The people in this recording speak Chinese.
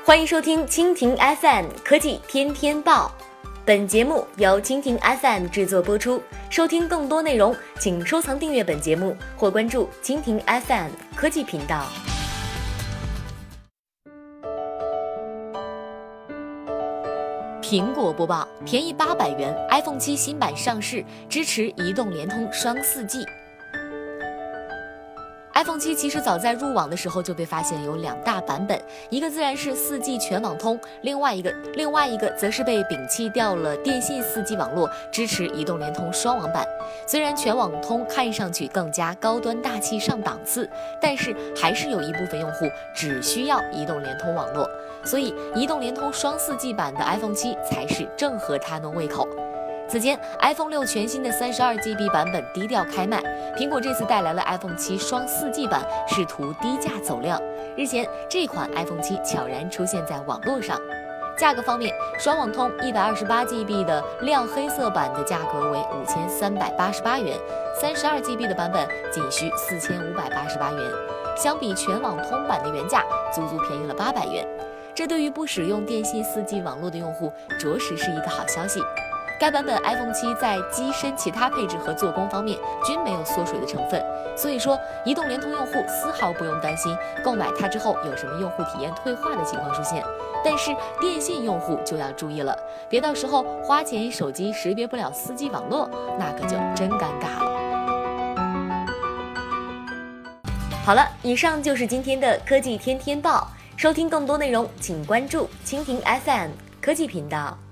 欢迎收听蜻蜓 FM 科技天天报，本节目由蜻蜓 FM 制作播出。收听更多内容，请收藏订阅本节目或关注蜻蜓 FM 科技频道。苹果播报：便宜800元 ，iPhone 7新版上市，支持移动、联通双 4G。iPhone 7其实早在入网的时候就被发现有2大版本，一个自然是 4G 全网通，另外一个则是被摒弃掉了电信 4G 网络，支持移动、联通双网版。虽然全网通看上去更加高端大气上档次，但是还是有一部分用户只需要移动、联通网络，所以移动、联通双 4G 版的 iPhone 7才是正合他们胃口。此前 iPhone 6全新的32GB 版本低调开卖，苹果这次带来了 iPhone 7双 4G 版，试图低价走量。日前，这款 iPhone 7悄然出现在网络上。价格方面，双网通 128GB 的亮黑色版的价格为5388元，32GB 的版本仅需4588元，相比全网通版的原价，足足便宜了800元。这对于不使用电信 4G 网络的用户，着实是一个好消息。该版本 iPhone 7在机身其他配置和做工方面均没有缩水的成分，所以说移动、联通用户丝毫不用担心购买它之后有什么用户体验退化的情况出现。但是电信用户就要注意了，别到时候花钱手机识别不了 4G 网络，那可就真尴尬了。好了，以上就是今天的科技天天报，收听更多内容请关注蜻蜓 FM 科技频道。